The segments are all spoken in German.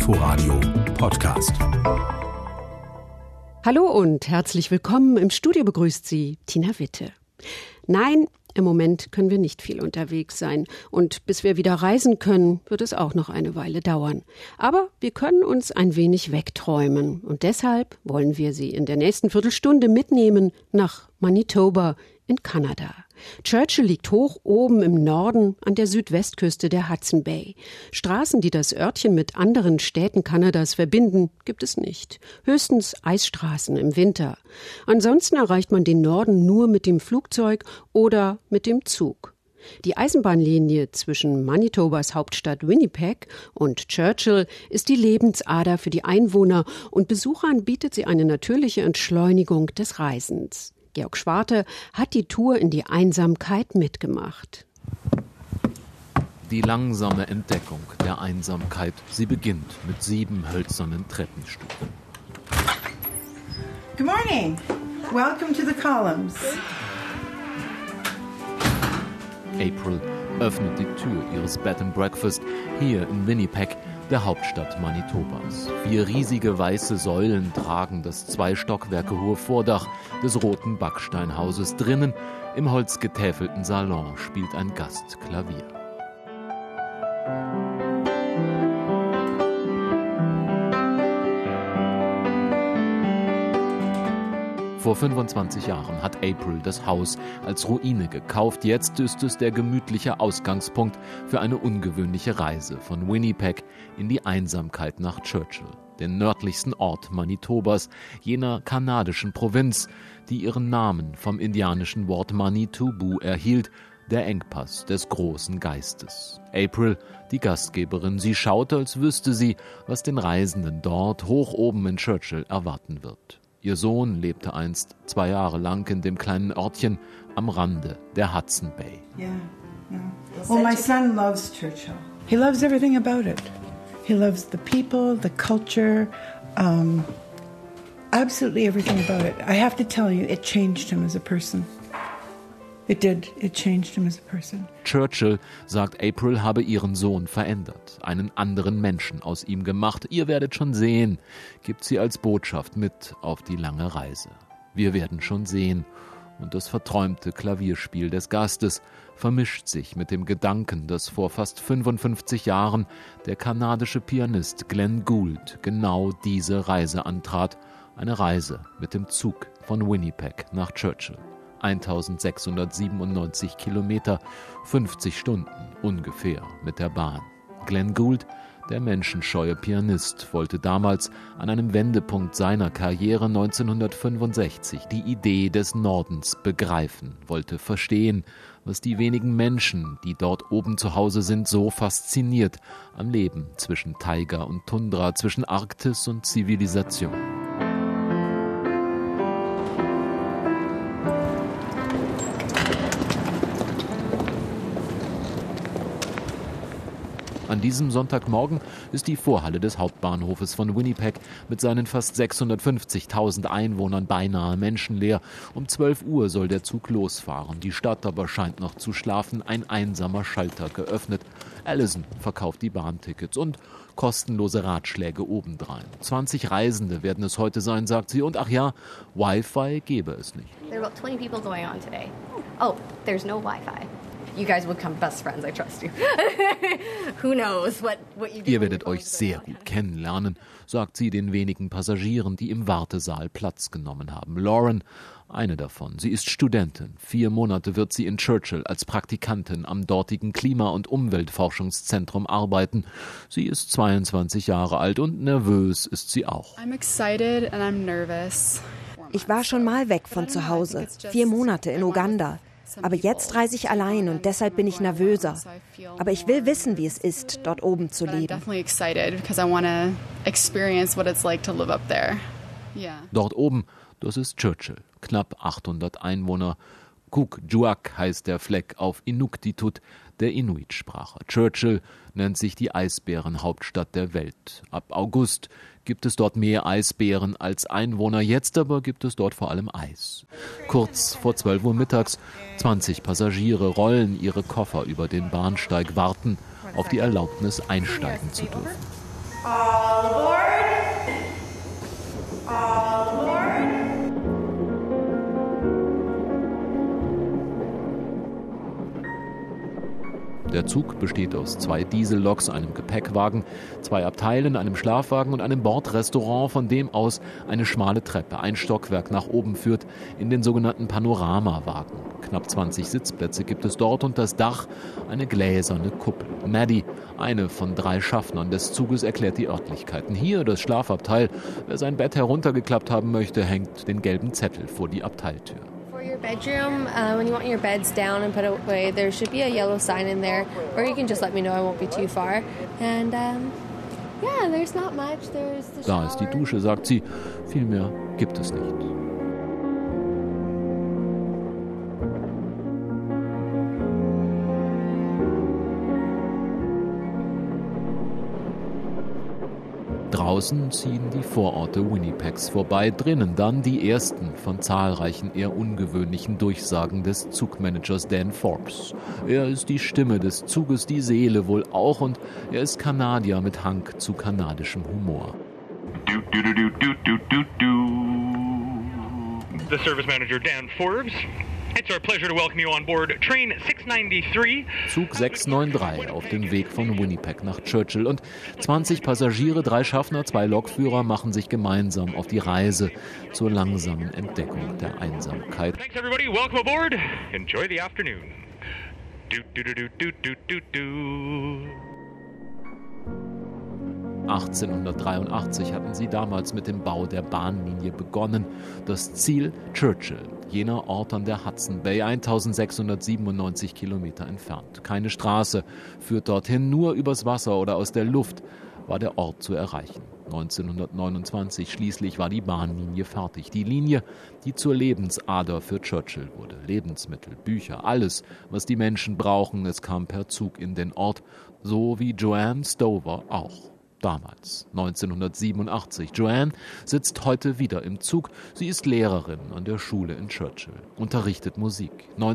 Inforadio Podcast. Hallo und herzlich willkommen. Im Studio begrüßt Sie Tina Witte. Nein, im Moment können wir nicht viel unterwegs sein. Und bis wir wieder reisen können, wird es auch noch eine Weile dauern. Aber wir können uns ein wenig wegträumen. Und deshalb wollen wir Sie in der nächsten Viertelstunde mitnehmen nach Manitoba in Kanada. Churchill liegt hoch oben im Norden an der Südwestküste der Hudson Bay. Straßen, die das Örtchen mit anderen Städten Kanadas verbinden, gibt es nicht. Höchstens Eisstraßen im Winter. Ansonsten erreicht man den Norden nur mit dem Flugzeug oder mit dem Zug. Die Eisenbahnlinie zwischen Manitobas Hauptstadt Winnipeg und Churchill ist die Lebensader für die Einwohner und Besuchern bietet sie eine natürliche Entschleunigung des Reisens. Georg Schwarte hat die Tour in die Einsamkeit mitgemacht. Die langsame Entdeckung der Einsamkeit, sie beginnt mit 7 hölzernen Treppenstufen. Good morning. Welcome to the columns. April öffnet die Tür ihres Bed and Breakfast hier in Winnipeg, der Hauptstadt Manitobas. 4 riesige weiße Säulen tragen das 2 Stockwerke hohe Vordach des roten Backsteinhauses. Drinnen im holzgetäfelten Salon spielt ein Gast Klavier. Vor 25 Jahren hat April das Haus als Ruine gekauft. Jetzt ist es der gemütliche Ausgangspunkt für eine ungewöhnliche Reise von Winnipeg in die Einsamkeit nach Churchill, den nördlichsten Ort Manitobas, jener kanadischen Provinz, die ihren Namen vom indianischen Wort Manitobu erhielt, der Engpass des großen Geistes. April, die Gastgeberin, sie schaut, als wüsste sie, was den Reisenden dort hoch oben in Churchill erwarten wird. Ihr Sohn lebte einst 2 Jahre lang in dem kleinen Örtchen am Rande der Hudson Bay. Yeah. Well, my son loves Churchill. He loves everything about it. He loves the people, the culture, absolutely everything about it. I have to tell you, it changed him as a person. It did. It changed him as a person. Churchill sagt, April habe ihren Sohn verändert, einen anderen Menschen aus ihm gemacht. Ihr werdet schon sehen, gibt sie als Botschaft mit auf die lange Reise. Wir werden schon sehen. Und das verträumte Klavierspiel des Gastes vermischt sich mit dem Gedanken, dass vor fast 55 Jahren der kanadische Pianist Glenn Gould genau diese Reise antrat. Eine Reise mit dem Zug von Winnipeg nach Churchill. 1697 Kilometer, 50 Stunden ungefähr mit der Bahn. Glenn Gould, der menschenscheue Pianist, wollte damals an einem Wendepunkt seiner Karriere 1965 die Idee des Nordens begreifen, wollte verstehen, was die wenigen Menschen, die dort oben zu Hause sind, so fasziniert am Leben zwischen Taiga und Tundra, zwischen Arktis und Zivilisation. An diesem Sonntagmorgen ist die Vorhalle des Hauptbahnhofes von Winnipeg mit seinen fast 650.000 Einwohnern beinahe menschenleer. Um 12 Uhr soll der Zug losfahren. Die Stadt aber scheint noch zu schlafen. Ein einsamer Schalter geöffnet. Allison verkauft die Bahntickets und kostenlose Ratschläge obendrein. 20 Reisende werden es heute sein, sagt sie. Und ach ja, Wi-Fi gebe es nicht. There are about 20 people going on today. Oh, there's no Wi-Fi. You guys will become best friends, I trust you. Who knows what you do. Ihr werdet euch sehr gut kennenlernen, sagt sie den wenigen Passagieren, die im Wartesaal Platz genommen haben. Lauren, eine davon. Sie ist Studentin. 4 Monate wird sie in Churchill als Praktikantin am dortigen Klima- und Umweltforschungszentrum arbeiten. Sie ist 22 Jahre alt und nervös ist sie auch. I'm excited and I'm nervous. Ich war schon mal weg von zu Hause, 4 Monate in Uganda. Aber jetzt reise ich allein und deshalb bin ich nervöser. Aber ich will wissen, wie es ist, dort oben zu leben. Dort oben, das ist Churchill, knapp 800 Einwohner. Kuujjuaq heißt der Fleck auf Inuktitut, der Inuit-Sprache. Churchill nennt sich die Eisbärenhauptstadt der Welt. Ab August gibt es dort mehr Eisbären als Einwohner. Jetzt aber gibt es dort vor allem Eis. Kurz vor 12 Uhr mittags, 20 Passagiere rollen ihre Koffer über den Bahnsteig, warten auf die Erlaubnis, einsteigen zu dürfen. All aboard. All aboard. Der Zug besteht aus 2 Dieselloks, einem Gepäckwagen, 2 Abteilen, einem Schlafwagen und einem Bordrestaurant, von dem aus eine schmale Treppe, ein Stockwerk nach oben führt, in den sogenannten Panoramawagen. Knapp 20 Sitzplätze gibt es dort und das Dach eine gläserne Kuppel. Maddie, eine von 3 Schaffnern des Zuges, erklärt die Örtlichkeiten. Hier das Schlafabteil. Wer sein Bett heruntergeklappt haben möchte, hängt den gelben Zettel vor die Abteiltür. Your bedroom, when you want your beds down and put away, there should be a yellow sign in there, or you can just let me know, I won't be too far. And yeah, there's not much. There's the shower. Da ist die Dusche, sagt sie. Viel mehr gibt es nicht. Draußen ziehen die Vororte Winnipegs vorbei, drinnen dann die ersten von zahlreichen eher ungewöhnlichen Durchsagen des Zugmanagers Dan Forbes. Er ist die Stimme des Zuges, die Seele wohl auch, und er ist Kanadier mit Hang zu kanadischem Humor. The service manager Dan Forbes. It's our pleasure to welcome you on board Train 693. Zug 693 auf dem Weg von Winnipeg nach Churchill. Und 20 Passagiere, 3 Schaffner, 2 Lokführer machen sich gemeinsam auf die Reise zur langsamen Entdeckung der Einsamkeit. Thanks everybody, welcome aboard. Enjoy the afternoon. 1883 hatten sie damals mit dem Bau der Bahnlinie begonnen. Das Ziel Churchill, jener Ort an der Hudson Bay, 1697 Kilometer entfernt. Keine Straße führt dorthin, nur übers Wasser oder aus der Luft war der Ort zu erreichen. 1929 schließlich war die Bahnlinie fertig. Die Linie, die zur Lebensader für Churchill wurde. Lebensmittel, Bücher, alles, was die Menschen brauchen, es kam per Zug in den Ort, so wie Joanne Stover auch. Damals, 1987. Joanne sitzt heute wieder im Zug. Sie ist Lehrerin an der Schule in Churchill, unterrichtet Musik.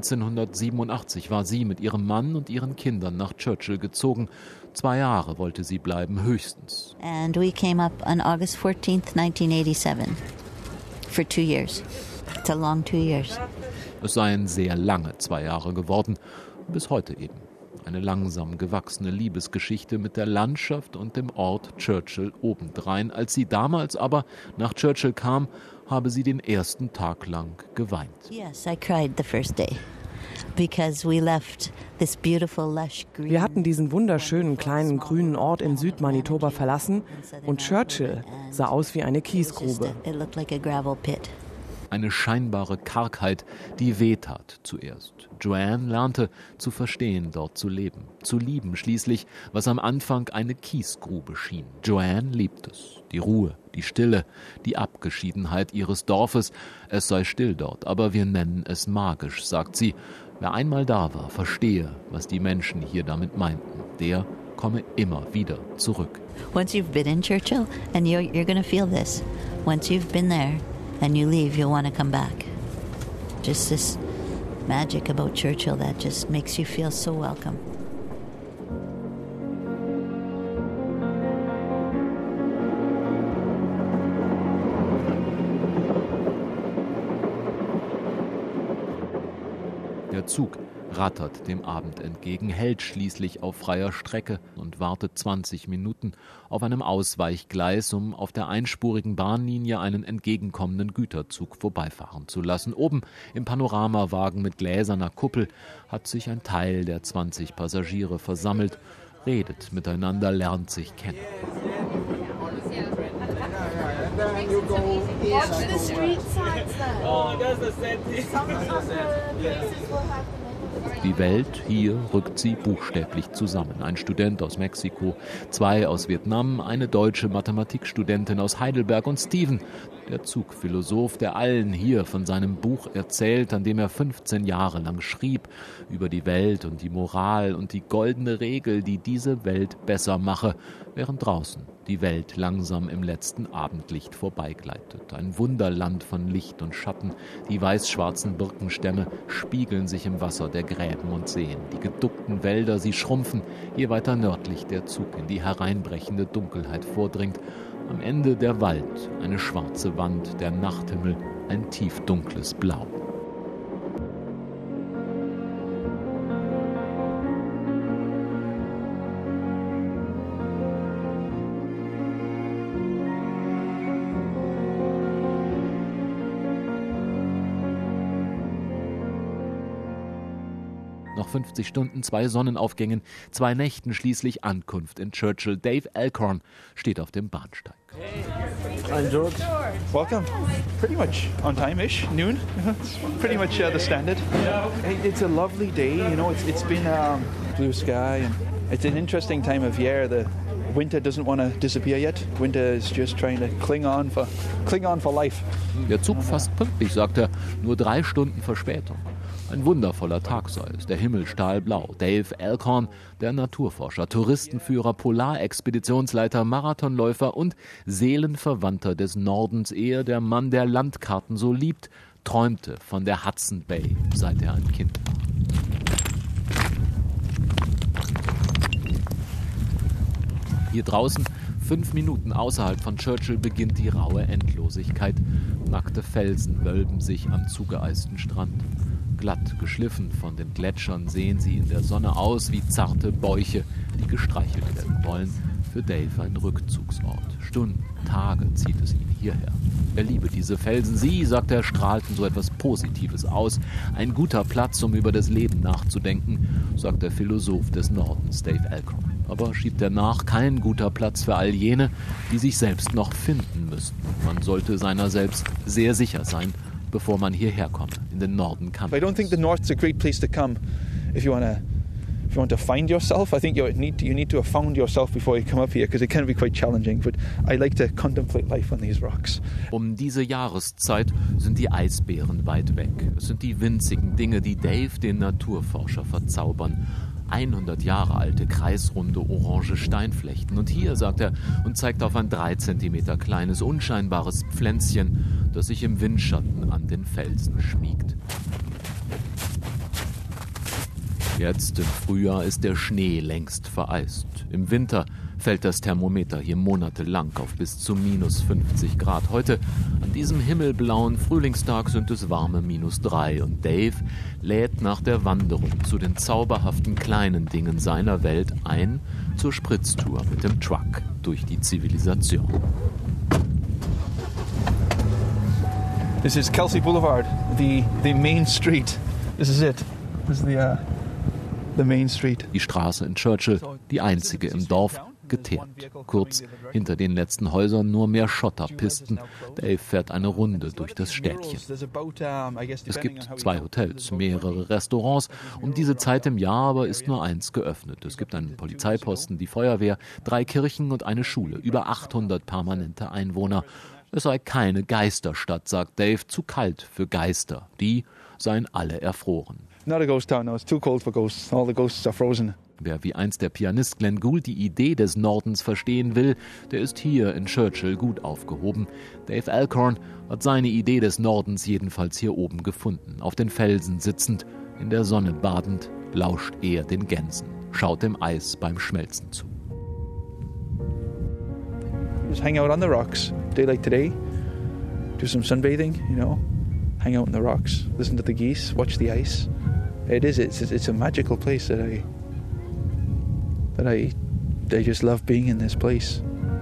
1987 war sie mit ihrem Mann und ihren Kindern nach Churchill gezogen. 2 Jahre wollte sie bleiben, höchstens. And we came up on August 14th, 1987, for 2 years. It's a long 2 years. Es seien sehr lange 2 Jahre geworden, bis heute eben. Eine langsam gewachsene Liebesgeschichte mit der Landschaft und dem Ort Churchill obendrein. Als sie damals aber nach Churchill kam, habe sie den ersten Tag lang geweint. Yes, I cried the first day. Because we left this beautiful lush green. Wir hatten diesen wunderschönen kleinen grünen Ort in Südmanitoba verlassen und Churchill sah aus wie eine Kiesgrube. It looked like a gravel pit. Eine scheinbare Kargheit, die wehtat zuerst. Joanne lernte zu verstehen, dort zu leben, zu lieben schließlich, was am Anfang eine Kiesgrube schien. Joanne liebt es, die Ruhe, die Stille, die Abgeschiedenheit ihres Dorfes. Es sei still dort, aber wir nennen es magisch, sagt sie. Wer einmal da war, verstehe, was die Menschen hier damit meinten. Der komme immer wieder zurück. Once you've been in Churchill, and you're going to feel this. Once you've been there, and you leave, you'll want to come back. Just this magic about Churchill that just makes you feel so welcome. Der Zug rattert dem Abend entgegen, hält schließlich auf freier Strecke und wartet 20 Minuten auf einem Ausweichgleis, um auf der einspurigen Bahnlinie einen entgegenkommenden Güterzug vorbeifahren zu lassen. Oben im Panoramawagen mit gläserner Kuppel hat sich ein Teil der 20 Passagiere versammelt, redet miteinander, lernt sich kennen. Die Welt hier rückt sie buchstäblich zusammen. Ein Student aus Mexiko, 2 aus Vietnam, eine deutsche Mathematikstudentin aus Heidelberg und Steven, der Zugphilosoph, der allen hier von seinem Buch erzählt, an dem er 15 Jahre lang schrieb, über die Welt und die Moral und die goldene Regel, die diese Welt besser mache, während draußen die Welt langsam im letzten Abendlicht vorbeigleitet. Ein Wunderland von Licht und Schatten. Die weiß-schwarzen Birkenstämme spiegeln sich im Wasser der Gräben und Seen. Die geduckten Wälder, sie schrumpfen, je weiter nördlich der Zug in die hereinbrechende Dunkelheit vordringt. Am Ende der Wald, eine schwarze Wand, der Nachthimmel, ein tiefdunkles Blau. Noch 50 Stunden, 2 Sonnenaufgängen, 2 Nächten schließlich Ankunft in Churchill. Dave Alcorn steht auf dem Bahnsteig. Hi, George. Welcome. Pretty much on time-ish, noon. It's pretty much the standard. Hey, it's a lovely day. You know, it's been blue sky, and it's an interesting time of year. The winter doesn't want to disappear yet. Winter is just trying to cling on for life. Der Zug fast pünktlich, sagt er, nur 3 Stunden Verspätung. Ein wundervoller Tag sei es, der Himmel stahlblau. Dave Alcorn, der Naturforscher, Touristenführer, Polarexpeditionsleiter, Marathonläufer und Seelenverwandter des Nordens, ehe der Mann, der Landkarten so liebt, träumte von der Hudson Bay, seit er ein Kind war. Hier draußen, 5 Minuten außerhalb von Churchill, beginnt die raue Endlosigkeit. Nackte Felsen wölben sich am zugeeisten Strand. Glatt geschliffen von den Gletschern sehen sie in der Sonne aus wie zarte Bäuche, die gestreichelt werden wollen. Für Dave ein Rückzugsort. Stunden, Tage zieht es ihn hierher. Er liebe diese Felsen. Sie, sagt er, strahlten so etwas Positives aus. Ein guter Platz, um über das Leben nachzudenken, sagt der Philosoph des Nordens, Dave Alcorn. Aber schiebt er nach, kein guter Platz für all jene, die sich selbst noch finden müssten. Man sollte seiner selbst sehr sicher sein, bevor man hierher kommt, in den Norden kann. I don't think the North's a great place to come if you want to find yourself. I think you need to have found yourself before you come up here, because it can be quite challenging. But I like to contemplate life on these rocks. Um diese Jahreszeit sind die Eisbären weit weg. Es sind die winzigen Dinge, die Dave, den Naturforscher, verzaubern. 100 Jahre alte, kreisrunde, orange Steinflechten. Und hier, sagt er, und zeigt auf ein 3 Zentimeter kleines, unscheinbares Pflänzchen, das sich im Windschatten an den Felsen schmiegt. Jetzt im Frühjahr ist der Schnee längst vereist. Im Winter fällt das Thermometer hier monatelang auf bis zu minus 50 Grad. Heute, an diesem himmelblauen Frühlingstag, sind es warme minus 3. Und Dave lädt nach der Wanderung zu den zauberhaften kleinen Dingen seiner Welt ein zur Spritztour mit dem Truck durch die Zivilisation. This is Kelsey Boulevard, the main street. This is it. This is the main street. Die Straße in Churchill, die einzige im Dorf, geteert. Kurz hinter den letzten Häusern nur mehr Schotterpisten. Dave fährt eine Runde durch das Städtchen. Es gibt 2 Hotels, mehrere Restaurants. Um diese Zeit im Jahr aber ist nur eins geöffnet. Es gibt einen Polizeiposten, die Feuerwehr, 3 Kirchen und eine Schule. Über 800 permanente Einwohner. Es sei keine Geisterstadt, sagt Dave, zu kalt für Geister. Die seien alle erfroren. Not a ghost town, no, it's too cold for ghosts. All the ghosts are frozen. Wer wie einst der Pianist Glenn Gould die Idee des Nordens verstehen will, der ist hier in Churchill gut aufgehoben. Dave Alcorn hat seine Idee des Nordens jedenfalls hier oben gefunden. Auf den Felsen sitzend, in der Sonne badend, lauscht er den Gänsen, schaut dem Eis beim Schmelzen zu. Just hang out on the rocks, day like today, do some sunbathing, hang out on the rocks, listen to the geese, watch the ice. It's a magical place that I just love being in this place.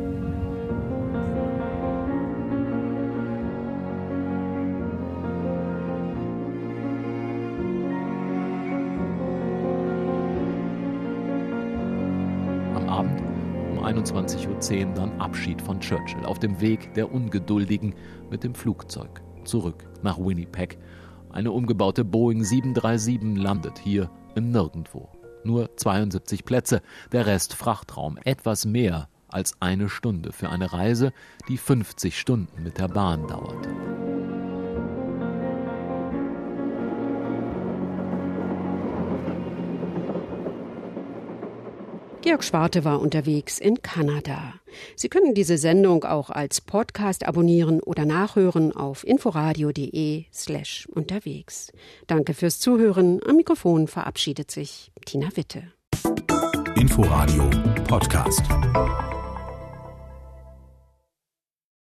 Am Abend um 21:10 Uhr dann Abschied von Churchill auf dem Weg der Ungeduldigen mit dem Flugzeug zurück nach Winnipeg. Eine umgebaute Boeing 737 landet hier im Nirgendwo. Nur 72 Plätze, der Rest Frachtraum. Etwas mehr als 1 Stunde für eine Reise, die 50 Stunden mit der Bahn dauerte. Georg Schwarte war unterwegs in Kanada. Sie können diese Sendung auch als Podcast abonnieren oder nachhören auf inforadio.de/unterwegs. Danke fürs Zuhören. Am Mikrofon verabschiedet sich Tina Witte. Inforadio Podcast.